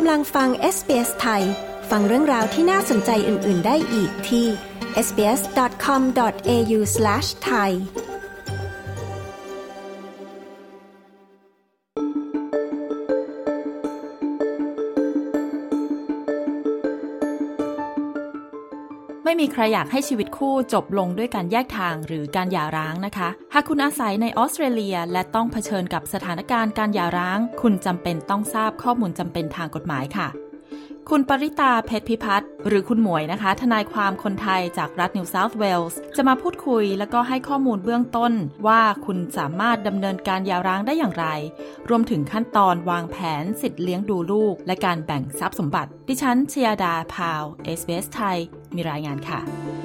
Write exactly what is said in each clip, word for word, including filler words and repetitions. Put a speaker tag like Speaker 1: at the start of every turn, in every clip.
Speaker 1: กำลังฟัง เอส บี เอส ไทยฟังเรื่องราวที่น่าสนใจอื่นๆได้อีกที่ เอส บี เอส ดอท คอม ดอท เอ ยู สแลช ไทย
Speaker 2: ไม่มีใครอยากให้ชีวิตคู่จบลงด้วยการแยกทางหรือการหย่าร้างนะคะหากคุณอาศัยในออสเตรเลียและต้องเผชิญกับสถานการณ์การหย่าร้างคุณจำเป็นต้องทราบข้อมูลจำเป็นทางกฎหมายค่ะคุณปริตาเพชรพิพัฒน์หรือคุณหมวยนะคะทนายความคนไทยจากรัฐนิวเซาท์เวลส์จะมาพูดคุยแล้วก็ให้ข้อมูลเบื้องต้นว่าคุณสามารถดำเนินการหย่าร้างได้อย่างไรรวมถึงขั้นตอนวางแผนสิทธิเลี้ยงดูลูกและการแบ่งทรัพย์สมบัติดิฉันชยดาพาว เอส บี เอส ไทยมีรายงานค่ะ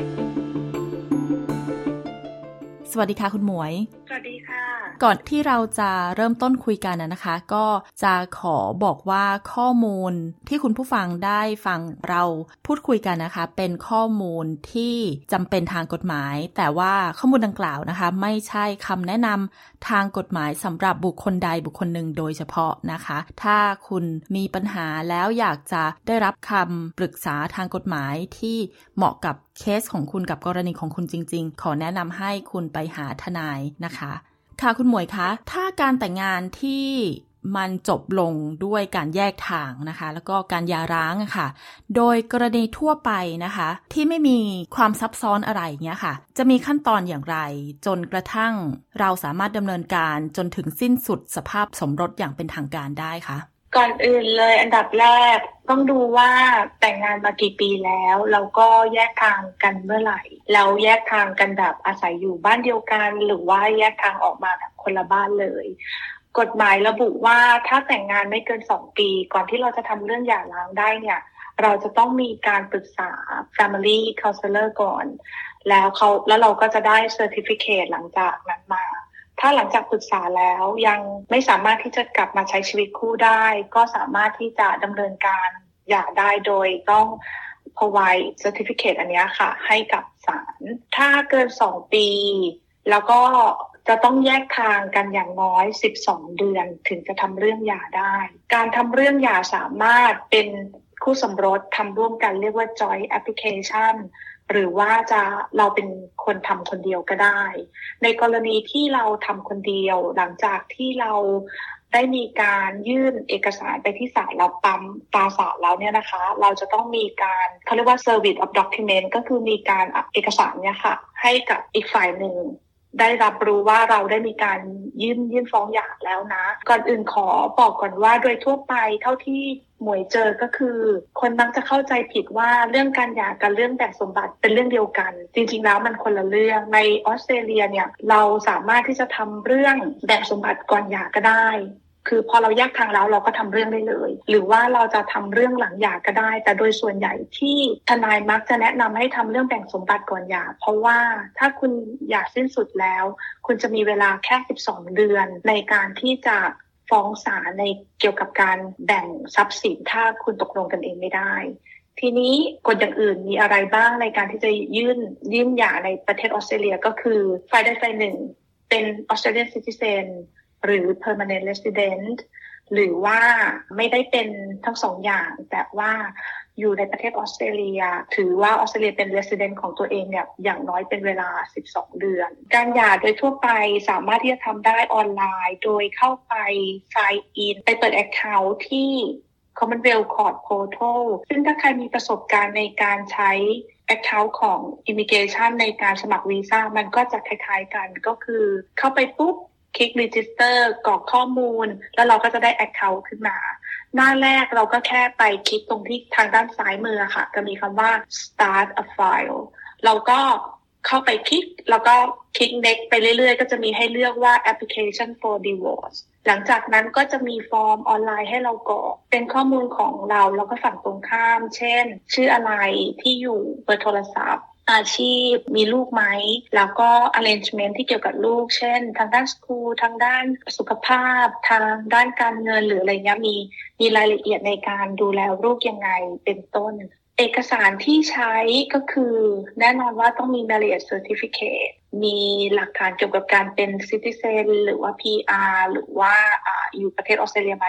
Speaker 2: สวัสดีค่ะคุณหมวย
Speaker 3: สวัสดีค่ะ
Speaker 2: ก่อนที่เราจะเริ่มต้นคุยกันนะคะก็จะขอบอกว่าข้อมูลที่คุณผู้ฟังได้ฟังเราพูดคุยกันนะคะเป็นข้อมูลที่จำเป็นทางกฎหมายแต่ว่าข้อมูลดังกล่าวนะคะไม่ใช่คำแนะนำทางกฎหมายสำหรับบุคคลใดบุคคลหนึ่งโดยเฉพาะนะคะถ้าคุณมีปัญหาแล้วอยากจะได้รับคำปรึกษาทางกฎหมายที่เหมาะกับเคสของคุณกับกรณีของคุณจริงๆขอแนะนำให้คุณไปหาทนายนะคะค่ะคุณหมวยคะถ้าการแต่งงานที่มันจบลงด้วยการแยกทางนะคะแล้วก็การหย่าร้างอะค่ะโดยกรณีทั่วไปนะคะที่ไม่มีความซับซ้อนอะไรเงี้ยค่ะจะมีขั้นตอนอย่างไรจนกระทั่งเราสามารถดำเนินการจนถึงสิ้นสุดสภาพสมรสอย่างเป็นทางการได้คะ
Speaker 3: ก่อนอื่นเลยอันดับแรกต้องดูว่าแต่งงานมากี่ปีแล้วแล้วก็แยกทางกันเมื่อไหร่แล้วแยกทางกันแบบอาศัยอยู่บ้านเดียวกันหรือว่าแยกทางออกมาแบบคนละบ้านเลยกฎหมายระบุว่าถ้าแต่งงานไม่เกินสองปีก่อนที่เราจะทำเรื่องหย่าร้างได้เนี่ยเราจะต้องมีการปรึกษา Family Counselor ก่อนแล้วเขาแล้วเราก็จะได้ Certificate หลังจากนั้นมาถ้าหลังจากปรึกษาแล้วยังไม่สามารถที่จะกลับมาใช้ชีวิตคู่ได้ก็สามารถที่จะดำเนินการหย่าได้โดยต้อง provide certificate อันนี้ค่ะให้กับศาลถ้าเกินสองปีแล้วก็จะต้องแยกทางกันอย่างน้อยสิบสองเดือนถึงจะทำเรื่องหย่าได้การทำเรื่องหย่าสามารถเป็นคู่สมรสทำร่วมกันเรียกว่า joint applicationหรือว่าจะเราเป็นคนทำคนเดียวก็ได้ในกรณีที่เราทำคนเดียวหลังจากที่เราได้มีการยื่นเอกสารไปที่ศาลเราปั๊มตาศาลแล้วเนี่ยนะคะเราจะต้องมีการเขาเรียกว่า service of document ก็คือมีการเอกสารเนี่ยค่ะให้กับอีกฝ่ายหนึ่งได้รับรู้ว่าเราได้มีการยื่นยื่นฟ้องหย่าแล้วนะก่อนอื่นขอบอกก่อนว่าโดยทั่วไปเท่าที่หมวยเจอก็คือคนมักจะเข้าใจผิดว่าเรื่องการหย่ากับเรื่องแบ่งสมบัติเป็นเรื่องเดียวกันจริงๆแล้วมันคนละเรื่องในออสเตรเลียเนี่ยเราสามารถที่จะทำเรื่องแบ่งสมบัติก่อนหย่าก็ได้คือพอเราแยกทางแล้วเราก็ทำเรื่องได้เลยหรือว่าเราจะทำเรื่องหลังหย่าก็ได้แต่โดยส่วนใหญ่ที่ทนายมักจะแนะนำให้ทำเรื่องแบ่งสมบัติก่อนหย่าเพราะว่าถ้าคุณหย่าสิ้นสุดแล้วคุณจะมีเวลาแค่สิบสองเดือนในการที่จะฟ้องศาลในเกี่ยวกับการแบ่งทรัพย์สินถ้าคุณตกลงกันเองไม่ได้ทีนี้กฎอย่างอื่นมีอะไรบ้างในการที่จะยื่นยื่นหย่าในประเทศออสเตรเลียก็คือฝ่ายใดฝ่ายหนึ่งเป็น Australian Citizen หรือ permanent resident หรือว่าไม่ได้เป็นทั้งสองอย่างแต่ว่าอยู่ในประเทศออสเตรเลียถือว่าออสเตรเลียเป็น resident ของตัวเองเนี่ยอย่างน้อยเป็นเวลาสิบสองเดือนการหย่าโดยทั่วไปสามารถที่จะทำได้ออนไลน์โดยเข้าไป sign in ไปเปิด account ที่ Commonwealth Court Portal ซึ่งถ้าใครมีประสบการณ์ในการใช้ account ของ Immigration ในการสมัครวีซ่ามันก็จะคล้ายๆกันก็คือเข้าไปปุ๊บคลิก register กรอกข้อมูลแล้วเราก็จะได้ account ขึ้นมาหน้าแรกเราก็แค่ไปคลิกตรงที่ทางด้านซ้ายมือค่ะจะมีคำว่า start a file เราก็เข้าไปคลิกแล้วก็คลิก next ไปเรื่อยๆก็จะมีให้เลือกว่า application for divorce หลังจากนั้นก็จะมีฟอร์มออนไลน์ให้เรากรอกเป็นข้อมูลของเราแล้วก็ฝั่งตรงข้ามเช่นชื่ออะไรที่อยู่เบอร์โทรศัพท์อาชีพมีลูกไหมแล้วก็ arrangement ที่เกี่ยวกับลูกเช่นทางด้านสคูลทางด้านสุขภาพทางด้านการเงินหรืออะไรเงี้ยมีมีรายละเอียดในการดูแลลูกยังไงเป็นต้นเอกสารที่ใช้ก็คือแน่นอนว่าต้องมี marriage certificate มีหลักฐานเกี่ยวกับการเป็น citizen หรือว่า พี อาร์ หรือว่าอ่าอยู่ประเทศออสเตรเลียมาอย่างต่ำ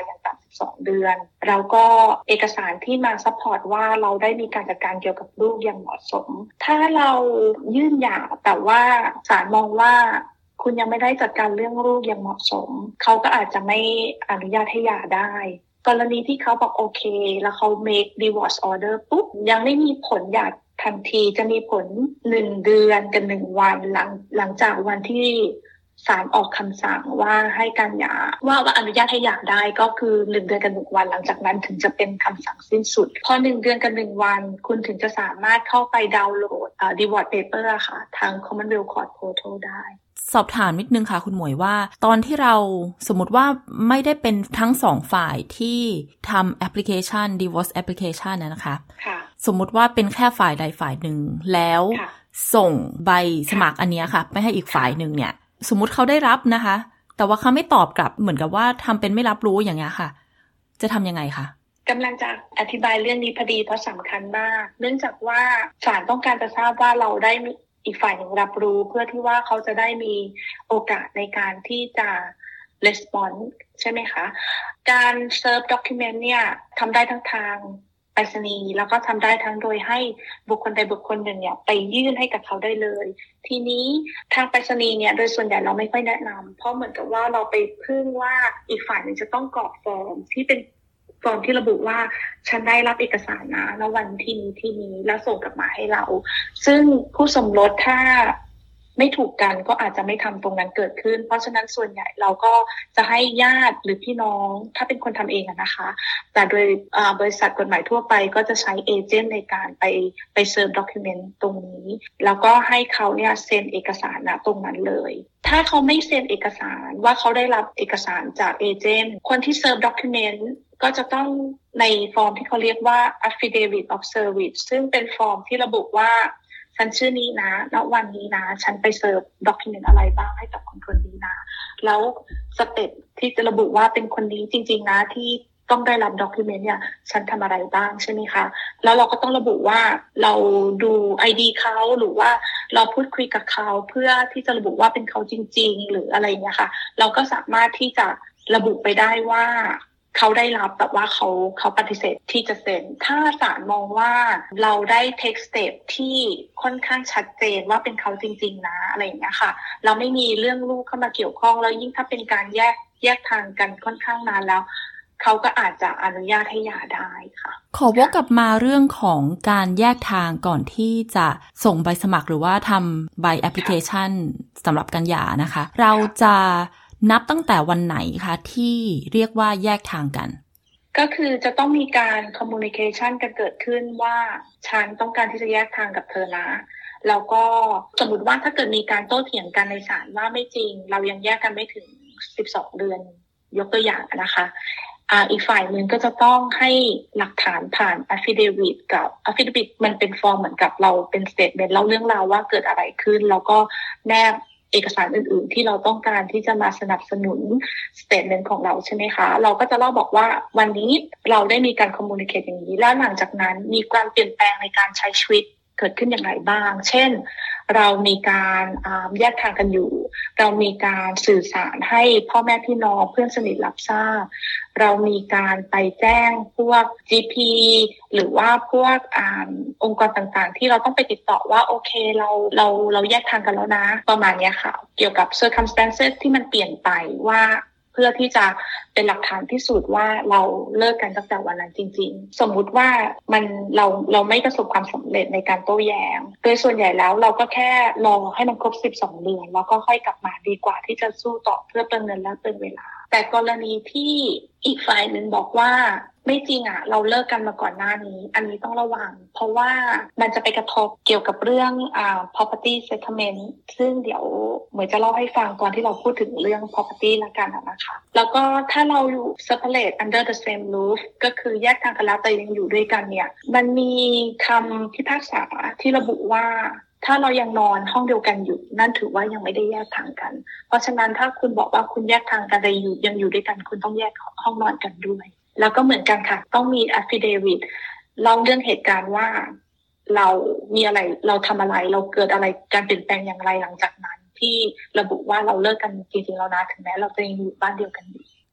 Speaker 3: สองเดือนแล้วก็เอกสารที่มาซัพพอร์ตว่าเราได้มีการจัดการเกี่ยวกับลูกอย่างเหมาะสมถ้าเรายื่นหย่าแต่ว่าศาลมองว่าคุณยังไม่ได้จัดการเรื่องลูกอย่างเหมาะสมเขาก็อาจจะไม่อนุญาตให้หย่าได้กรณีที่เขาบอกโอเคแล้วเขา make divorce order ปุ๊บยังไม่มีผลหย่าทันทีจะมีผลหนึ่งเดือนกับหนึ่งวันหลังหลังจากวันที่ศาลออกคำสั่งว่าให้การหย่าว่าว่าอนุญาตให้หย่าได้ก็คือหนึ่งเดือนกับหนึ่งวันหลังจากนั้นถึงจะเป็นคำสั่งสิ้นสุดพอหนึ่งเดือนกับหนึ่งวันคุณถึงจะสามารถเข้าไปดาวน์โหลดเอ่อ divorce paper ค่ะทาง Commonwealth Court Portal ได้
Speaker 2: สอบถามนิดนึงค่ะคุณหมวยว่าตอนที่เราสมมติว่าไม่ได้เป็นทั้งสองฝ่ายที่ทำแอปพลิเคชัน divorce application นะนะคะ
Speaker 3: ค่ะ
Speaker 2: สมมติว่าเป็นแค่ฝ่ายใดฝ่ายหนึ่งแล้วส่งใบสมัครอันนี้ค่ะไปให้อีกฝ่ายหนึ่งเนี่ยสมมุติเขาได้รับนะคะแต่ว่าเขาไม่ตอบกลับเหมือนกับว่าทำเป็นไม่รับรู้อย่างเงี้ยค่ะจะทำยังไงคะ
Speaker 3: กำลังจะอธิบายเรื่องนี้พอดีเพราะสำคัญมากเนื่องจากว่าศาลต้องการจะทราบว่าเราได้อีกฝ่ายหนึ่งรับรู้เพื่อที่ว่าเขาจะได้มีโอกาสในการที่จะ response ใช่ไหมคะการ serve document เนี่ยทำได้ทั้งทางไปรษณีย์แล้วก็ทำได้ทั้งโดยให้บุคคลใดบุคคลหนึ่งเนี่ยไปยื่นให้กับเขาได้เลยทีนี้ทางไปรษณีย์เนี่ยโดยส่วนใหญ่เราไม่ค่อยแนะนำเพราะเหมือนกับว่าเราไปพึ่งว่าอีกฝ่ายหนึ่งจะต้องกรอกฟอร์มที่เป็นฟอร์มที่ระบุว่าฉันได้รับเอกสารนะแล้ววันที่นี้ที่นี้แล้วส่งกลับมาให้เราซึ่งผู้สมรสถ้าไม่ถูกกันก็อาจจะไม่ทำตรงนั้นเกิดขึ้นเพราะฉะนั้นส่วนใหญ่เราก็จะให้ญาติหรือพี่น้องถ้าเป็นคนทำเองนะคะแต่โดยบริษัทกฎหมายทั่วไปก็จะใช้เอเจนต์ในการไปไปเซิร์ฟด็อกิเมนต์ตรงนี้แล้วก็ให้เขาเนี่ยเซ็นเอกสารนะตรงนั้นเลยถ้าเขาไม่เซ็นเอกสารว่าเขาได้รับเอกสารจากเอเจนต์คนที่เซิร์ฟด็อกิเมนต์ก็จะต้องในฟอร์มที่เขาเรียกว่า affidavit of service ซึ่งเป็นฟอร์มที่ระบุว่าฉันชื่อนี้นะณวันนี้นะฉันไปเซิร์ฟด็อกิเมนต์อะไรบ้างให้กับคนคนนี้นะแล้วสเต็ปที่จะระบุว่าเป็นคนนี้จริงๆนะที่ต้องได้รับด็อกิเมนต์เนี่ยฉันทำอะไรบ้างใช่ไหมคะแล้วเราก็ต้องระบุว่าเราดู ไอ ดี เขาหรือว่าเราพูดคุยกับเขาเพื่อที่จะระบุว่าเป็นเขาจริงๆหรืออะไรอย่างเงี้ยค่ะเราก็สามารถที่จะระบุไปได้ว่าเขาได้รับแต่ว่าเขาเขาปฏิเสธที่จะเซ็นถ้าศาลมองว่าเราได้ take step ที่ค่อนข้างชัดเจนว่าเป็นเขาจริงๆนะอะไรอย่างเงี้ยค่ะเราไม่มีเรื่องลูกเข้ามาเกี่ยวข้องแล้วยิ่งถ้าเป็นการแยกแยกทางกันค่อนข้างนานแล้วเขาก็อาจจะอนุญาตให้หย่าได้ค่ะ
Speaker 2: ขอวกกลับมาเรื่องของการแยกทางก่อนที่จะส่งใบสมัครหรือว่าทำใบแอปพลิเคชันสำหรับการหย่านะคะเราจะนับตั้งแต่วันไหนคะที่เรียกว่าแยกทางกัน
Speaker 3: ก็คือจะต้องมีการ communication กันเกิดขึ้นว่าฉันต้องการที่จะแยกทางกับเธอนะแล้วก็สมมติว่าถ้าเกิดมีการโต้เถียงกันในศาลว่าไม่จริงเรายังแยกกันไม่ถึงสิบสองเดือนยกตัวอย่างนะคะอ่าอีกฝ่ายหนึ่งก็จะต้องให้หลักฐานผ่าน affidavit กับ affidavit มันเป็นฟอร์มเหมือนกับเราเป็น statement เล่าเรื่องราวว่าเกิดอะไรขึ้นแล้วก็แนบเอกสารอื่นๆที่เราต้องการที่จะมาสนับสนุน statement ของเราใช่ไหมคะเราก็จะเล่าบอกว่าวันนี้เราได้มีการ communicate อย่างนี้แล้วหลังจากนั้นมีการเปลี่ยนแปลงในการใช้ชีวิตเกิดขึ้นอย่างไรบ้างเช่นเรามีการแยกทางกันอยู่เรามีการสื่อสารให้พ่อแม่พี่น้องเพื่อนสนิทรับทราบเรามีการไปแจ้งพวก จี พี หรือว่าพวกอองค์กรต่างๆที่เราต้องไปติดต่อว่าโอเคเราเราเราแยกทางกันแล้วนะประมาณนี้ค่ะเกี่ยวกับ circumstances ที่มันเปลี่ยนไปว่าเพื่อที่จะเป็นหลักฐานพิสูจน์ว่าเราเลิกกันตั้งแต่วันนั้นจริงๆสมมุติว่ามันเราเราไม่ประสบความสำเร็จในการโต้แย้งโดยส่วนใหญ่แล้วเราก็แค่รอให้มันครบสิบสองเดือนแล้วก็ค่อยกลับมาดีกว่าที่จะสู้ต่อเพื่อเปลืองเงินและเปลืองเวลาแต่กรณีที่อีกฝ่ายหนึ่งบอกว่าไม่จริงอ่ะเราเลิกกันมาก่อนหน้านี้อันนี้ต้องระวังเพราะว่ามันจะไปกระทบเกี่ยวกับเรื่องอ่า property settlement ซึ่งเดี๋ยวเหมือนจะเล่าให้ฟังตอนที่เราพูดถึงเรื่อง property ละกันนะคะแล้วก็ถ้าเราอยู่ separate under the same roof ก็คือแยกทางกันแล้วแต่ยังอยู่ด้วยกันเนี่ยมันมีคำพิพากษาที่ระบุว่าถ้าเรายังนอนห้องเดียวกันอยู่นั่นถือว่ายังไม่ได้แยกทางกันเพราะฉะนั้นถ้าคุณบอกว่าคุณแยกทางกันแต่อยู่ยังอยู่ด้วยกันคุณต้องแยกห้องนอนกันด้วยแล้วก็เหมือนกันค่ะต้องมี affidavit เล่าเรื่องเหตุการณ์ว่าเรามีอะไรเราทำอะไรเราเกิดอะไรการเปลี่ยนแปลงอย่างไรหลังจากนั้นที่ระบุว่าเราเลิกกันจริงๆแล้วนะถึงแม้เราจะยังอยู่บ้านเดียวกันอยู่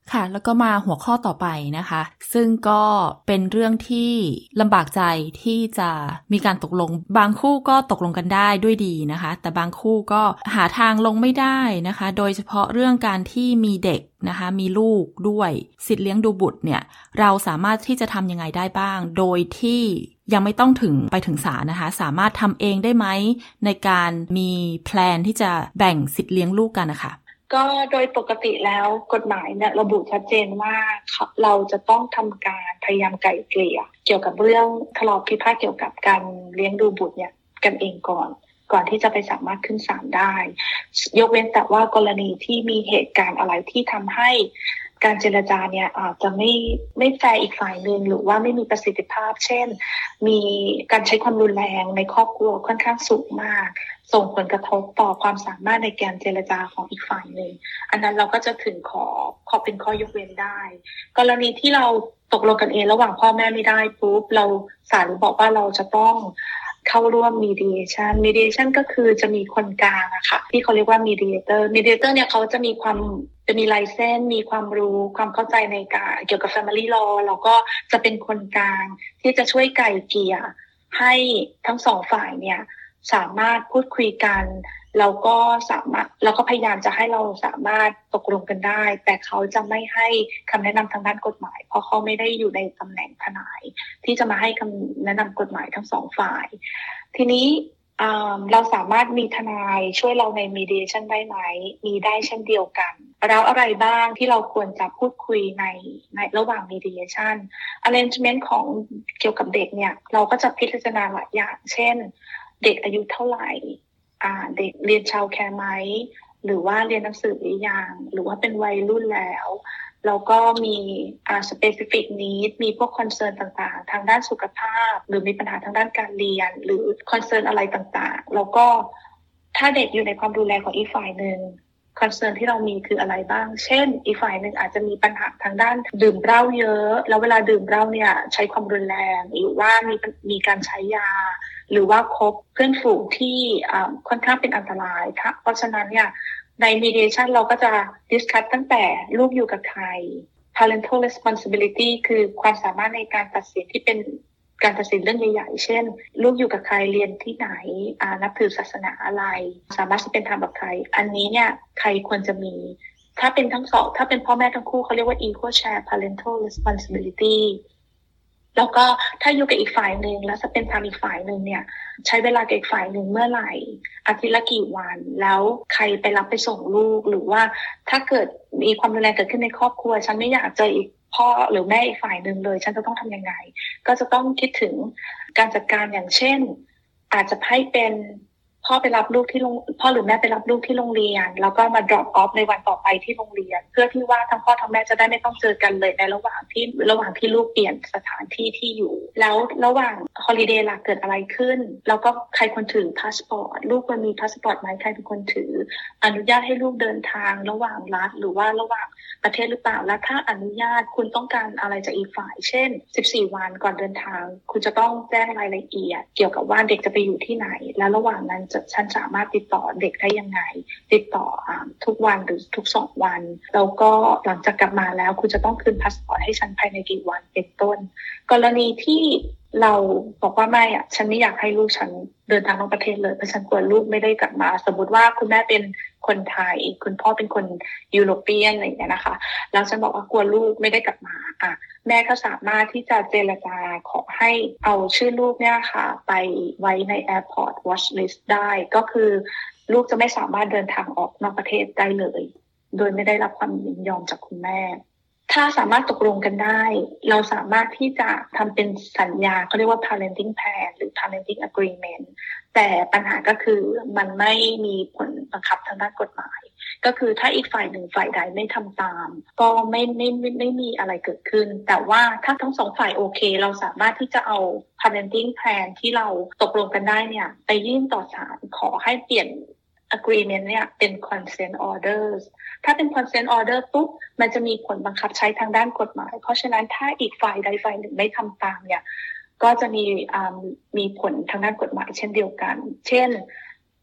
Speaker 2: ค่ะแล้วก็มาหัวข้อต่อไปนะคะซึ่งก็เป็นเรื่องที่ลำบากใจที่จะมีการตกลงบางคู่ก็ตกลงกันได้ด้วยดีนะคะแต่บางคู่ก็หาทางลงไม่ได้นะคะโดยเฉพาะเรื่องการที่มีเด็กนะคะมีลูกด้วยสิทธิเลี้ยงดูบุตรเนี่ยเราสามารถที่จะทำยังไงได้บ้างโดยที่ยังไม่ต้องถึงไปถึงศาลนะคะสามารถทำเองได้ไหมในการมีแพลนที่จะแบ่งสิทธิเลี้ยงลูกกันนะคะ
Speaker 3: ก็โดยปกติแล้วกฎหมายเนี่ยระบุชัดเจนว่าเราจะต้องทำการพยายามไกล่เกลี่ยเกี่ยวกับเรื่องทะเลาะพิพาทเกี่ยวกับการเลี้ยงดูบุตรเนี่ยกันเองก่อนก่อนที่จะไปสามารถขึ้นศาลได้ยกเว้นแต่ว่ากรณีที่มีเหตุการณ์อะไรที่ทำให้การเจรจาเนี่ยอาจจะไม่ไม่แฟร์อีกฝ่ายนึงหรือว่าไม่มีประสิทธิภาพเช่นมีการใช้ความรุนแรงในครอบครัวค่อนข้างสูงมากส่งผลกระทบต่อความสามารถในการเจรจาของอีกฝ่ายนึงอันนั้นเราก็จะถึงขอขอเป็นข้อยกเว้นได้กรณีที่เราตกลงกันเองระหว่างพ่อแม่ไม่ได้ปุ๊บเราศาลบอกว่าเราจะต้องเข้าร่วม mediation mediation ก็คือจะมีคนกลางอะค่ะที่เขาเรียกว่า mediator mediator เนี่ยเขาจะมีความจะมีไลเซนส์มีความรู้ความเข้าใจในการเกี่ยวกับ family law แล้วก็จะเป็นคนกลางที่จะช่วยไกล่เกลี่ยให้ทั้งสองฝ่ายเนี่ยสามารถพูดคุยกันแล้วก็สามารถแล้วก็พยายามจะให้เราสามารถตกลงกันได้แต่เขาจะไม่ให้คำแนะนำทางด้านกฎหมายเพราะเขาไม่ได้อยู่ในตำแหน่งทนายที่จะมาให้คำแนะนำกฎหมายทั้งสองฝ่ายทีนี้เราสามารถมีทนายช่วยเราใน mediation ได้ไหมมีได้เช่นเดียวกันแล้วอะไรบ้างที่เราควรจะพูดคุยในในระหว่าง mediation arrangement ของเกี่ยวกับเด็กเนี่ยเราก็จะพิจารณาหลายอย่างเช่นเด็กอายุเท่าไหร่เด็กเรียนชาวแคร์ไหมหรือว่าเรียนหนังสือหรือยังหรือว่าเป็นวัยรุ่นแล้วแล้วก็มีอ่า specific need มีพวก concern ต่างๆทางด้านสุขภาพหรือมีปัญหาทางด้านการเรียนหรือ concern อะไรต่างๆแล้วก็ถ้าเด็กอยู่ในความดูแลของอีกฝ่ายนึงคอนเซิร์นที่เรามีคืออะไรบ้างเช่นอีกฝ่ายหนึ่งอาจจะมีปัญหาทางด้านดื่มเหล้าเยอะแล้วเวลาดื่มเหล้าเนี่ยใช้ความรุนแรงหรือว่ามีมีการใช้ยาหรือว่าคบเพื่อนฝูงที่ค่อนข้างเป็นอันตรายค่ะเพราะฉะนั้นเนี่ยใน mediation เราก็จะ discuss ตั้งแต่ลูกอยู่กับใคร parental responsibility คือความสามารถในการตัดสินที่เป็นการตัดสินเรื่องใหญ่ๆเช่นลูกอยู่กับใครเรียนที่ไหนนับถือศาสนาอะไรสามารถจะเป็นธรรมกับใครอันนี้เนี่ยใครควรจะมีถ้าเป็นทั้งสองถ้าเป็นพ่อแม่ทั้งคู่เขาเรียกว่า equal share parental responsibility แล้วก็ถ้าอยู่กับอีกฝ่ายหนึ่งแล้วจะเป็นธรรมอีกฝ่ายหนึ่งเนี่ยใช้เวลากับอีกฝ่ายหนึ่งเมื่อไหร่อาทิตย์ละกี่วันแล้วใครไปรับไปส่งลูกหรือว่าถ้าเกิดมีความรุนแรงเกิดขึ้นในครอบครัวฉันไม่อยากเจออีกพ่อหรือแม่อีกฝ่ายหนึ่งเลยฉันจะต้องทำยังไงก็จะต้องคิดถึงการจัดการอย่างเช่นอาจจะให้เป็นพ่อไปรับลูกที่โรงพ่อหรือแม่ไปรับลูกที่โรงเรียนแล้วก็มา drop off ในวันต่อไปที่โรงเรียนเพื่อที่ว่าทั้งพ่อทั้งแม่จะได้ไม่ต้องเจอกันเลยในระหว่างที่ระหว่างที่ลูกเปลี่ยนสถานที่ที่อยู่แล้วระหว่างฮอลิเดย์ล่ะเกิดอะไรขึ้นแล้วก็ใครคนถือพาสปอร์ตลูกควรมีพาสปอร์ตไหมใครเป็นคนถืออนุญาตให้ลูกเดินทางระหว่างรัฐหรือว่าระหว่างประเทศหรือเปล่าและถ้าอนุญาตคุณต้องการอะไรจากอีกฝ่ายเช่นสิบสี่วันก่อนเดินทางคุณจะต้องแจ้งรายละเอียดเกี่ยวกับว่าเด็กจะไปอยู่ที่ไหนและระหว่างนั้นจะฉันสามารถติดต่อเด็กได้ยังไงติดต่ออทุกวันหรือทุกสองวันแล้วก็หลังจากกลับมาแล้วคุณจะต้องคืนพาสปอร์ตให้ฉันภายในกี่วันเป็นต้นกรณีที่เราบอกว่าไม่อ่ะฉันไม่อยากให้ลูกฉันเดินทางนอกประเทศเลยเพราะฉันกลัวลูกไม่ได้กลับมาสมมติว่าคุณแม่เป็นคนไทยคุณพ่อเป็นคนยุโรเปียนอะไรอย่างเงี้ยนะคะแล้วฉันบอกว่ากลัวลูกไม่ได้กลับมาอ่ะแม่ก็สามารถที่จะเจรจาขอให้เอาชื่อลูกเนี่ยค่ะไปไว้ใน Airport Watch List ได้ก็คือลูกจะไม่สามารถเดินทางออกนอกประเทศได้เลยโดยไม่ได้รับความยินยอมจากคุณแม่ถ้าสามารถตกลงกันได้เราสามารถที่จะทำเป็นสัญญาเขาเรียกว่า parenting plan หรือ parenting agreement แต่ปัญหาก็คือมันไม่มีผลบังคับทางด้านกฎหมายก็คือถ้าอีกฝ่ายหนึ่งฝ่ายใดไม่ทำตามก็ไม่ไม่ไม่ไม่มีอะไรเกิดขึ้นแต่ว่าถ้าทั้งสองฝ่ายโอเคเราสามารถที่จะเอา parenting plan ที่เราตกลงกันได้เนี่ยไปยื่นต่อศาลขอให้เปลี่ยนagreement เนี่ยเป็น consent orders ถ้าเป็น consent order ปุ๊บมันจะมีผลบังคับใช้ทางด้านกฎหมายเพราะฉะนั้นถ้าอีกฝ่ายใดฝ่ายหนึ่งไม่ทำตามเนี่ยก็จะมีมีผลทางด้านกฎหมายเช่นเดียวกันเช่น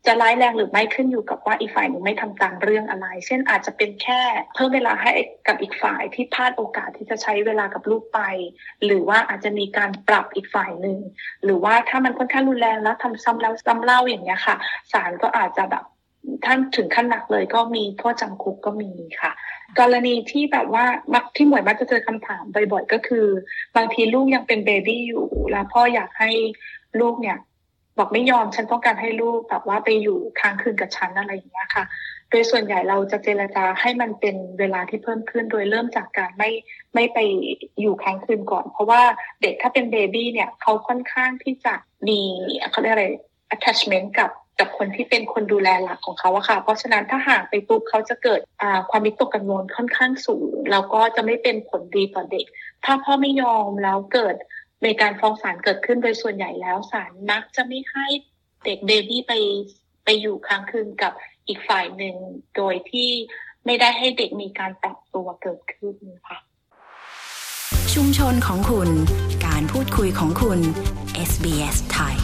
Speaker 3: จะร้ายแรงหรือไม่ขึ้นอยู่กับว่าอีกฝ่ายหนึ่งไม่ทำตามเรื่องอะไรเช่นอาจจะเป็นแค่เพิ่มเวลาให้กับอีกฝ่ายที่พลาดโอกาสที่จะใช้เวลากับลูกไปหรือว่าอาจจะมีการปรับอีกฝ่ายหนึ่งหรือว่าถ้ามันค่อนข้างรุนแรงแล้วทำซ้ำแล้วซ้ำเล่าอย่างเงี้ยค่ะศาลก็อาจจะแบบท่านถึงขั้นหนักเลยก็มีโทษจำคุกก็มีค่ะกรณีที่แบบว่ามักที่หมวยมักจะเจอคำถามบ่อยๆก็คือบางทีลูกยังเป็นเบบี้อยู่แล้วพ่ออยากให้ลูกเนี่ยบอกไม่ยอมฉันต้องการให้ลูกแบบว่าไปอยู่ค้างคืนกับฉันอะไรอย่างเงี้ยค่ะโดยส่วนใหญ่เราจะเจรจาให้มันเป็นเวลาที่เพิ่มขึ้นโดยเริ่มจากการไม่ไม่ไปอยู่ค้างคืนก่อนเพราะว่าเด็กถ้าเป็นเบบี้เนี่ยเขาค่อนข้างที่จะมีเขาเรียกอะไร attachment กับกับคนที่เป็นคนดูแลหลักของเขาอะค่ะเพราะฉะนั้นถ้าห่างไปปุ๊บเขาจะเกิดความวิตกกังวลค่อนข้างสูงแล้วก็จะไม่เป็นผลดีต่อเด็กถ้าพ่อไม่ยอมแล้วเกิดมีการฟ้องศาลเกิดขึ้นโดยส่วนใหญ่แล้วศาลมักจะไม่ให้เด็กเบบี้ไปไปอยู่ค้างคืนกับอีกฝ่ายหนึ่งโดยที่ไม่ได้ให้เด็กมีการปรับตัวเกิดขึ้นค่ะ
Speaker 1: ชุมชนของคุณการพูดคุยของคุณ เอส บี เอส ไทย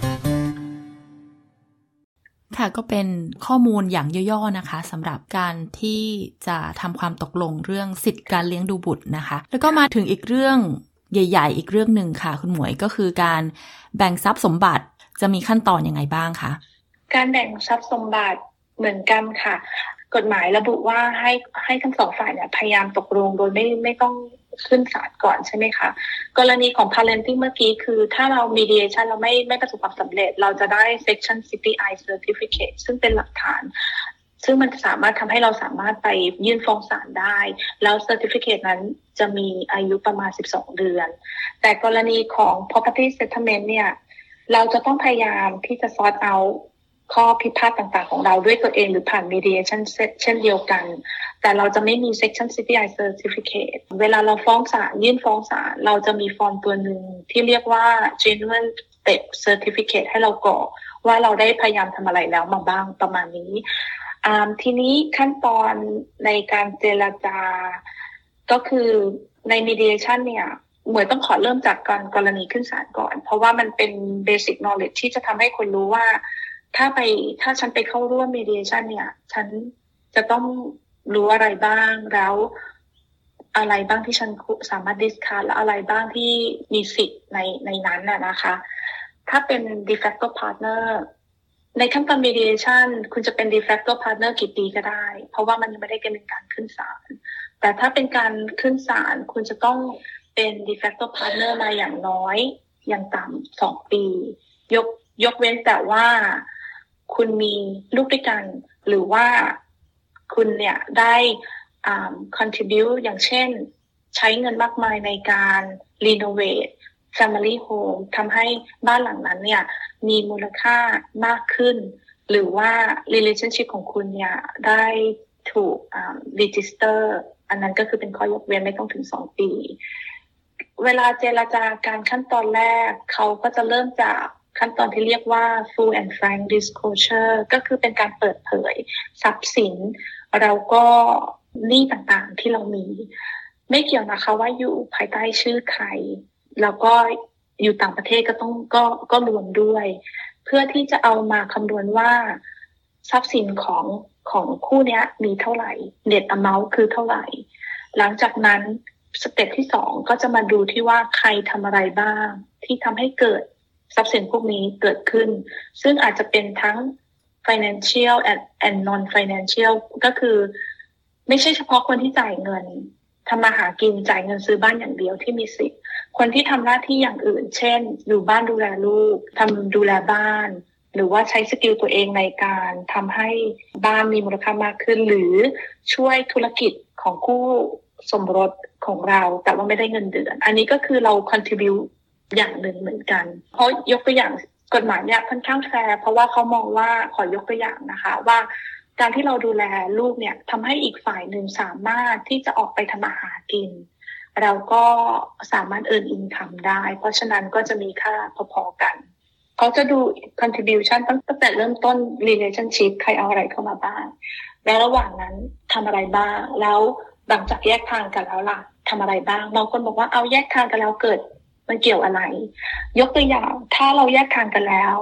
Speaker 2: ค่ะก็เป็นข้อมูลอย่างย่อๆนะคะสำหรับการที่จะทำความตกลงเรื่องสิทธิการเลี้ยงดูบุตรนะคะแล้วก็มาถึงอีกเรื่องใหญ่ๆอีกเรื่องหนึ่งค่ะคุณหมวยก็คือการแบ่งทรัพย์สมบัติจะมีขั้นตอนยังไงบ้างคะ
Speaker 3: การแบ่งทรัพย์สมบัติเหมือนกันค่ะกฎหมายระบุว่าให้ให้ทั้งสองฝ่ายเนี่ยพยายามตกลงโดยไม่ไม่ต้องขึ้นศาลก่อนใช่ไหมคะกรณีของ parenting เมื่อกี้คือถ้าเรา mediation เราไม่ไม่ประสบความสำเร็จเราจะได้ section ซิตี้ ไอ certificate ซึ่งเป็นหลักฐานซึ่งมันสามารถทำให้เราสามารถไปยื่นฟ้องศาลได้แล้ว certificate นั้นจะมีอายุประมาณสิบสองเดือนแต่กรณีของ property settlement เนี่ยเราจะต้องพยายามที่จะ sort outข้อพิพาทต่างๆของเราด้วยตัวเองหรือผ่าน mediation เช่นเดียวกันแต่เราจะไม่มี section ซิตี้ ไอ certificate เวลาเราฟ้องศาลยื่นฟ้องศาลเราจะมีฟอร์มตัวหนึ่งที่เรียกว่า genuine debt certificate ให้เรากรอกว่าเราได้พยายามทำอะไรแล้วมาบ้างประมาณนี้ทีนี้ขั้นตอนในการเจรจาก็คือใน mediation เนี่ยเหมือนต้องขอเริ่มจากการกรณีขึ้นศาลก่อนเพราะว่ามันเป็น basic knowledge ที่จะทำให้คนรู้ว่าถ้าไปถ้าฉันไปเข้าร่วม mediation เนี่ยฉันจะต้องรู้อะไรบ้างแล้วอะไรบ้างที่ฉันสามารถ discuss และอะไรบ้างที่มีสิทธิ์ในในนั้นน่ะนะคะถ้าเป็น de facto partner ในขั้นตอน mediation คุณจะเป็น de facto partner กี่ปีก็ได้เพราะว่ามันยังไม่ได้เป็นการขึ้นศาลแต่ถ้าเป็นการขึ้นศาลคุณจะต้องเป็น de facto partner มาอย่างน้อยอย่างต่ำสองปียกยกเว้นแต่ว่าคุณมีลูกด้วยกันหรือว่าคุณเนี่ยได้อ่า contribute อย่างเช่นใช้เงินมากมายในการ renovate family home ทำให้บ้านหลังนั้นเนี่ยมีมูลค่ามากขึ้นหรือว่า relationship ของคุณเนี่ยได้ถูกอ่า register อันนั้นก็คือเป็นข้อยกเว้นไม่ต้องถึงสองปีเวลาเจรจาการขั้นตอนแรกเขาก็จะเริ่มจากขั้นตอนที่เรียกว่า full and frank disclosure ก็คือเป็นการเปิดเผยทรัพย์สินเราก็หนี้ต่างๆที่เรามีไม่เกี่ยวนะคะว่าอยู่ภายใต้ชื่อใครแล้วก็อยู่ต่างประเทศก็ต้องก็ก็รวมด้วยเพื่อที่จะเอามาคำนวณว่าทรัพย์สินของของคู่เนี้ยมีเท่าไหร่ net amount คือเท่าไหร่หลังจากนั้นสเต็ปที่สองก็จะมาดูที่ว่าใครทำอะไรบ้างที่ทำให้เกิดทรัพย์สินพวกนี้เกิดขึ้นซึ่งอาจจะเป็นทั้ง financial and, and non financial ก็คือไม่ใช่เฉพาะคนที่จ่ายเงินทำมาหากินจ่ายเงินซื้อบ้านอย่างเดียวที่มีสิทธิ์คนที่ทำหน้าที่อย่างอื่นเช่นอยู่บ้านดูแลลูกทำดูแลบ้านหรือว่าใช้สกิลตัวเองในการทำให้บ้านมีมูลค่ามากขึ้นหรือช่วยธุรกิจของคู่สมรสของเราแต่ว่าไม่ได้เงินเดือนอันนี้ก็คือเรา contributeอย่างหนึ่งเหมือนกันเพราะยกตัวอย่างกฎหมายเนี่ยค่อนข้างแฟร์เพราะว่าเขามองว่าขอยกตัวอย่างนะคะว่าการที่เราดูแลลูกเนี่ยทำให้อีกฝ่ายหนึ่งสามารถที่จะออกไปทำมาหากินเราก็สามารถ earn income ได้เพราะฉะนั้นก็จะมีค่าพอๆกันเขาจะดู contribution ตั้งแต่เริ่มต้น relationship ใครเอาอะไรเข้ามาบ้างแล้วระหว่างนั้นทำอะไรบ้างแล้วหลังจากแยกทางกันแล้วล่ะทำอะไรบ้างบางคนบอกว่าเอาแยกทางกันแล้วเกิดมันเกี่ยวอะไรยกตัวอย่างถ้าเราแยกทางกันแล้วแต่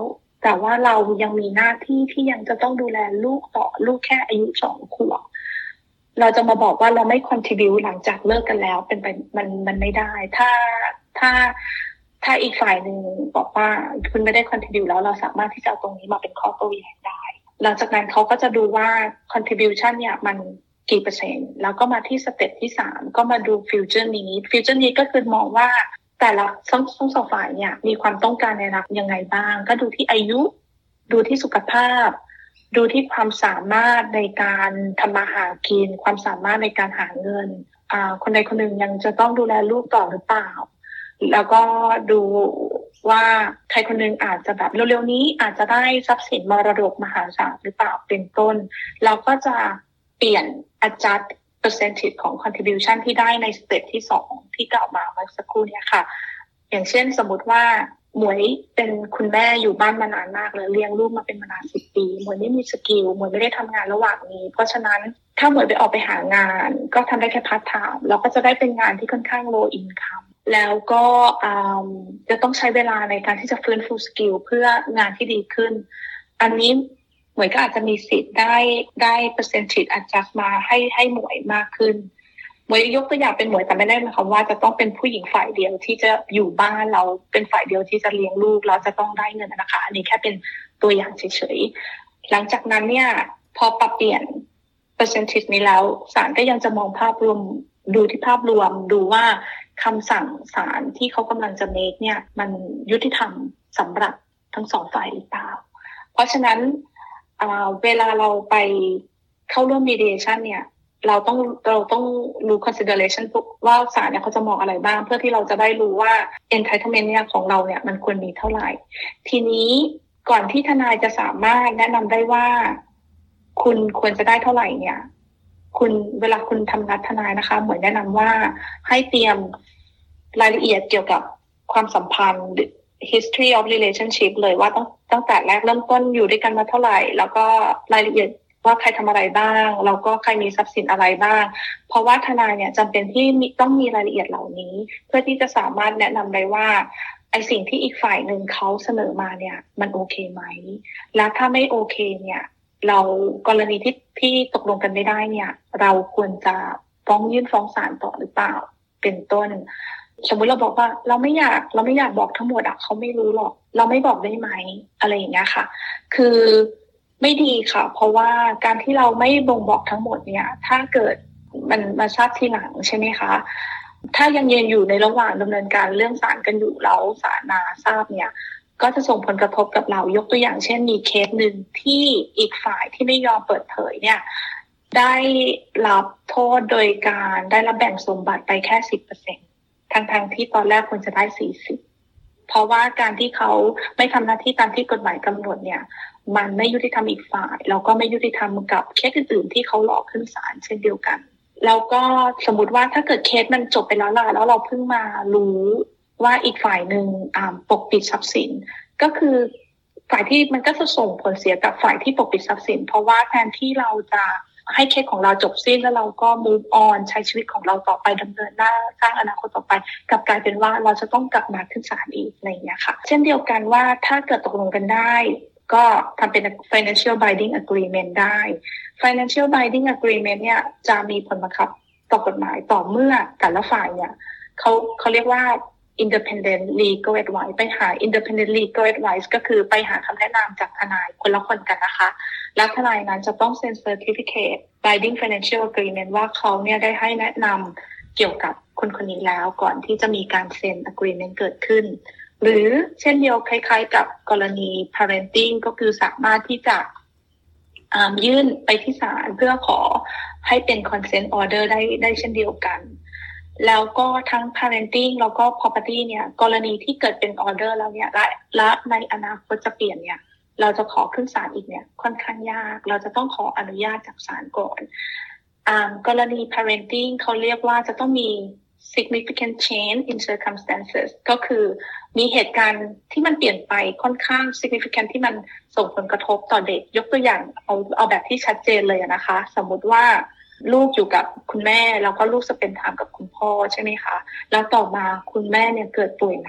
Speaker 3: แต่ว่าเรายังมีหน้าที่ที่ยังจะต้องดูแลลูกต่อลูกแค่อายุสองขวบเราจะมาบอกว่าเราไม่ contribute หลังจากเลิกกันแล้วเป็นไปมันมันไม่ได้ถ้าถ้าถ้าอีกฝ่ายหนึ่งบอกว่าคุณไม่ได้ contribute แล้วเราสามารถที่จะเอาตรงนี้มาเป็นข้อโต้แย้งได้หลังจากนั้นเขาก็จะดูว่า contribution เนี่ยมันกี่เปอร์เซ็นต์แล้วก็มาที่สเต็ปที่สามก็มาดู future need future need ก็คือมองว่าแต่ละทั้งสองฝ่ายเนี่ยมีความต้องการในรักยังไงบ้างก็ดูที่อายุดูที่สุขภาพดูที่ความสามารถในการทำมาหากินความสามารถในการหาเงินอ่าคนใดคนหนึ่งยังจะต้องดูแลลูกต่อหรือเปล่าแล้วก็ดูว่าใครคนหนึ่งอาจจะแบบเร็วๆนี้อาจจะได้ทรัพย์สินมรดกมหาศาลหรือเปล่าเป็นต้นเราก็จะเปลี่ยน adjust percentage ของ contribution ที่ได้ในสเต็ปที่สองที่กล่าวมาเมื่อสักครู่นี้ค่ะอย่างเช่นสมมุติว่าหมวยเป็นคุณแม่อยู่บ้านมานานมากเลยเลี้ยงลูกมาเป็นมานานสิบปีหมวยไม่มีสกิลหมวยไม่ได้ทำงานระหว่างนี้เพราะฉะนั้นถ้าหมวยไปออกไปหางานก็ทำได้แค่พาร์ทไทม์แล้วก็จะได้เป็นงานที่ค่อนข้าง low income แล้วก็จะต้องใช้เวลาในการที่จะฟื้นฟูสกิลเพื่องานที่ดีขึ้นอันนี้หมวยก็อาจจะมีสิทธิ์ได้ได้เปอร์เซ็นต์ adjust มาให้ให้หมวยมากขึ้นหมวยยกตัวอย่างเป็นหมวยแต่ไม่ได้หมายความว่าจะต้องเป็นผู้หญิงฝ่ายเดียวที่จะอยู่บ้านเราเป็นฝ่ายเดียวที่จะเลี้ยงลูกเราจะต้องได้เงินนะคะอันนี้แค่เป็นตัวอย่างเฉยๆหลังจากนั้นเนี่ยพอปรับเปลี่ยนเปอร์เซ็นต์นี้แล้วศาลก็ยังจะมองภาพรวมดูที่ภาพรวมดูว่าคำสั่งศาลที่เขากำลังจะ make เนี่ยมันยุติธรรมสำหรับทั้งสองฝ่ายหรือเปล่าเพราะฉะนั้นเวลาเราไปเข้าร่วม mediation เนี่ยเราต้องเราต้องรู้ consideration ว่าศาลเนี่ยเขาจะมองอะไรบ้างเพื่อที่เราจะได้รู้ว่า entitlement เนี่ยของเราเนี่ยมันควรมีเท่าไหร่ทีนี้ก่อนที่ทนายจะสามารถแนะนำได้ว่าคุณควรจะได้เท่าไหร่เนี่ยคุณเวลาคุณทำนัดทนายนะคะเหมือนแนะนำว่าให้เตรียมรายละเอียดเกี่ยวกับความสัมพันธ์ history of relationship เลยว่าตั้งตั้งแต่แรกเริ่มต้นอยู่ด้วยกันมาเท่าไหร่แล้วก็รายละเอียดว่าใครทำอะไรบ้างแล้วก็ใครมีทรัพย์สินอะไรบ้างเพราะว่าทนายเนี่ยจำเป็นที่ต้องมีรายละเอียดเหล่านี้เพื่อที่จะสามารถแนะนำได้ว่าไอสิ่งที่อีกฝ่ายหนึ่งเขาเสนอมาเนี่ยมันโอเคไหมและถ้าไม่โอเคเนี่ยเรากรณีที่ที่ตกลงกันไม่ได้เนี่ยเราควรจะฟ้องยื่นฟ้องศาลต่อหรือเปล่าเป็นต้นสมมุติเราบอกว่าเราไม่อยากเราไม่อยากบอกทั้งหมดอะเขาไม่รู้หรอกเราไม่บอกได้ไหมอะไรอย่างเงี้ยค่ะคือไม่ดีค่ะเพราะว่าการที่เราไม่บ่งบอกทั้งหมดเนี่ยถ้าเกิดมันมาทราบทีหลังใช่ไหมคะถ้ายังยืนอยู่ในระหว่างดำเนินการเรื่องศาลกันอยู่แล้วศาลมาทราบเนี่ยก็จะส่งผลกระทบกับเรายกตัวอย่างเช่นมีเคสหนึ่งที่อีกฝ่ายที่ไม่ยอมเปิดเผยเนี่ยได้รับโทษโดยการได้รับแบ่งสมบัติไปแค่ สิบเปอร์เซ็นต์ ทั้งๆที่ตอนแรกควรจะได้สี่สิบเพราะว่าการที่เขาไม่ทำหน้าที่ตามที่กฎหมายกำหนดเนี่ยมันไม่ยุติธรรมอีกฝ่ายแล้วก็ไม่ยุติธรรมกับเคสอื่นๆที่เขาหลอกขึ้นศาลเช่นเดียวกันแล้วก็สมมุติว่าถ้าเกิดเคสมันจบไปแล้วล่ะแล้วเราเพิ่งมารู้ว่าอีกฝ่ายหนึ่งปกปิดทรัพย์สินก็คือฝ่ายที่มันก็จะส่งผลเสียกับฝ่ายที่ปกปิดทรัพย์สินเพราะว่าแทนที่เราจะให้เคสของเราจบสิ้นแล้วเราก็ move on ใช้ชีวิตของเราต่อไปดำเนินหน้าสร้างอนาคตต่อไปกลับกลายเป็นว่าเราจะต้องกลับมาขึ้นศาลอีกอะไรอย่างเงี้ยค่ะเช่นเดียวกันว่าถ้าเกิดตกลงกันได้ก็ทำเป็น financial binding agreement ได้ financial binding agreement เนี่ยจะมีผลบังคับต่อกฎหมายต่อเมื่อแต่ละฝ่ายเนี่ยเขาเขาเรียกว่า independent legal advice ไปหา independent legal advice ก็คือไปหาคำแนะนำจากทนายคนละคนกันนะคะแล้วทนายนั้นจะต้องเซ็น certificate binding financial agreement ว่าเขาเนี่ยได้ให้แนะนำเกี่ยวกับคนคนนี้แล้วก่อนที่จะมีการเซ็น agreement เกิดขึ้นหรือเช่นเดียวคล้ายๆกับกรณี parenting ก็คือสามารถที่จะยื่นไปที่ศาลเพื่อขอให้เป็น consent order ได้ได้เช่นเดียวกันแล้วก็ทั้ง parenting แล้วก็ property เนี่ยกรณีที่เกิดเป็น order แล้วเนี่ยและและในอนาคตจะเปลี่ยนเนี่ยเราจะขอขึ้นศาลอีกเนี่ยค่อนข้างยากเราจะต้องขออนุญาตจากศาลก่อนกรณี parenting เขาเรียกว่าจะต้องมีsignificant change in circumstances ก็คือมีเหตุการณ์ที่มันเปลี่ยนไปค่อนข้าง significant ที่มันส่งผลกระทบต่อเด็กยกตัวอย่างเอาเอาแบบที่ชัดเจนเลยนะคะสมมุติว่าลูกอยู่กับคุณแม่แล้วก็ลูกสเปนไทม์กับคุณพ่อใช่ไหมคะแล้วต่อมาคุณแม่เนี่ยเกิดป่วยหนัก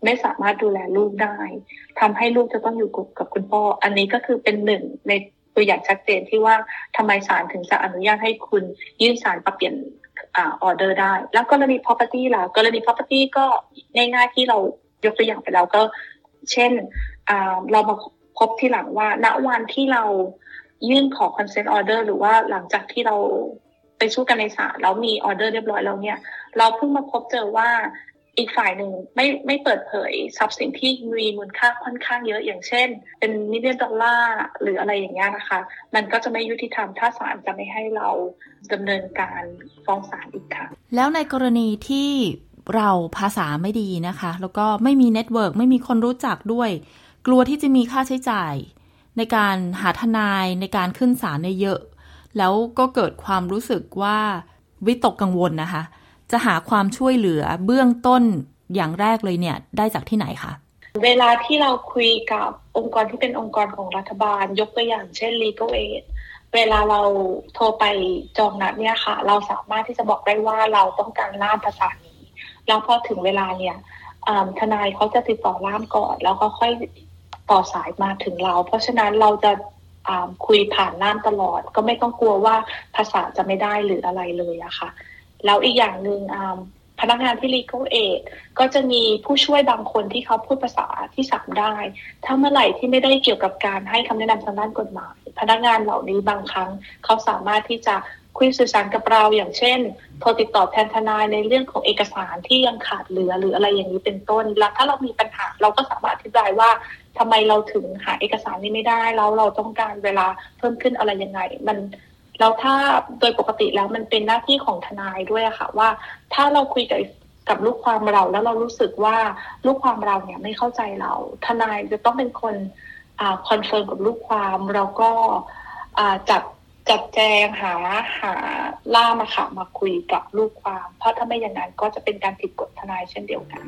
Speaker 3: ไม่สามารถดูแลลูกได้ทำให้ลูกจะต้องอยู่กับคุณพ่ออันนี้ก็คือเป็นหนึ่งในตัวอย่างชัดเจนที่ว่าทำไมศาลถึงจะอนุญาตให้คุณยื่นศาลปรับเปลี่ยนอ่าออเดอร์ได้แล้วกรณี property ล่ะกรณี property ก็ง่ายๆที่เรายกตัวอย่างไปแล้วก็เช่นอ่าเรามาพบทีหลังว่าณวันที่เรายื่นขอ consent order หรือว่าหลังจากที่เราไปสู้กันในศาลแล้วมีออเดอร์เรียบร้อยแล้วเนี่ยเราเพิ่งมาพบเจอว่าอีกฝ่ายหนึ่งไม่ไม่เปิดเผยทรัพย์สินที่มีมูลค่าค่อนข้างเยอะอย่างเช่นเป็นมิลเลียนดอลลาร์หรืออะไรอย่างเงี้ยนะคะมันก็จะไม่ยุติธรรมถ้าศาลจะไม่ให้เราดำเนินการฟ้องศาลอีกค่ะ
Speaker 2: แล้วในกรณีที่เราภาษาไม่ดีนะคะแล้วก็ไม่มีเน็ตเวิร์กไม่มีคนรู้จักด้วยกลัวที่จะมีค่าใช้จ่ายในการหาทนายในการขึ้นศาลเนี่ยเยอะแล้วก็เกิดความรู้สึกว่าวิตกกังวลนะคะจะหาความช่วยเหลือเบื้องต้นอย่างแรกเลยเนี่ยได้จากที่ไหนคะ
Speaker 3: เวลาที่เราคุยกับองค์กรที่เป็นองค์กรของรัฐบาลยกตัวอย่างเช่น Legal Aid เวลาเราโทรไปจองนัดเนี่ยค่ะเราสามารถที่จะบอกได้ว่าเราต้องการล่ามภาษานี้แล้วพอถึงเวลาเนี่ยทนายเขาจะติดต่อล่ามก่อนแล้วก็ค่อยต่อสายมาถึงเราเพราะฉะนั้นเราจะคุยผ่านล่ามตลอดก็ไม่ต้องกลัวว่าภาษาจะไม่ได้หรืออะไรเลยอะค่ะแล้วอีกอย่างหนึ่งพนักงานที่ Legal Aid ก็จะมีผู้ช่วยบางคนที่เขาพูดภาษาที่สามได้ถ้าเมื่อไหร่ที่ไม่ได้เกี่ยวกับการให้คำแนะนำทางด้านกฎหมายพนักงานเหล่านี้บางครั้งเขาสามารถที่จะคุยสื่อสารกับเราอย่างเช่นโทรติดต่อแทนทนายในเรื่องของเอกสารที่ยังขาดเหลือหรืออะไรอย่างนี้เป็นต้นแล้วถ้าเรามีปัญหาเราก็สามารถอธิบายว่าทำไมเราถึงหาเอกสารนี้ไม่ได้แล้วเราต้องการเวลาเพิ่มขึ้นอะไรยังไงมันแล้วถ้าโดยปกติแล้วมันเป็นหน้าที่ของทนายด้วยอะค่ะว่าถ้าเราคุยกับกับลูกความเราแล้วเรารู้สึกว่าลูกความเราเนี่ยไม่เข้าใจเราทนายจะต้องเป็นคนอ่าคอนเฟิร์มกับลูกความแล้วก็อ่าจัดจัดแจงหาหาล่ามาค่ะมาคุยกับลูกความเพราะถ้าไม่อย่างนั้นก็จะเป็นการผิดกฎทนายเช่นเดียวกัน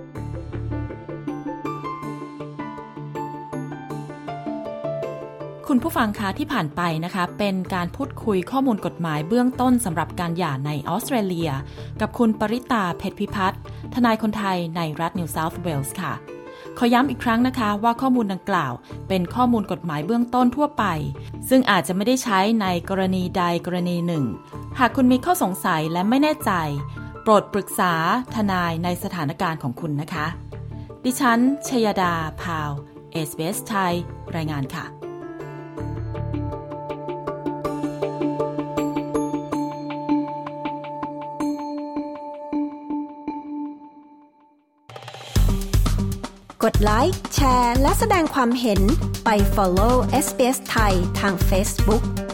Speaker 2: คุณผู้ฟังคะที่ผ่านไปนะคะเป็นการพูดคุยข้อมูลกฎหมายเบื้องต้นสำหรับการหย่าในออสเตรเลียกับคุณปริตาเพชรพิพัฒน์ทนายคนไทยในรัฐนิวเซาท์เวลส์ค่ะขอย้ำอีกครั้งนะคะว่าข้อมูลดังกล่าวเป็นข้อมูลกฎหมายเบื้องต้นทั่วไปซึ่งอาจจะไม่ได้ใช้ในกรณีใดกรณีหนึ่งหากคุณมีข้อสงสัยและไม่แน่ใจโปรดปรึกษาทนายในสถานการณ์ของคุณนะคะดิฉันชยดาพาว เอส บี เอส ไทยรายงานค่ะ
Speaker 1: กดไลค์แชร์และแสดงความเห็นไป follow เอส บี เอส ไทยทาง Facebook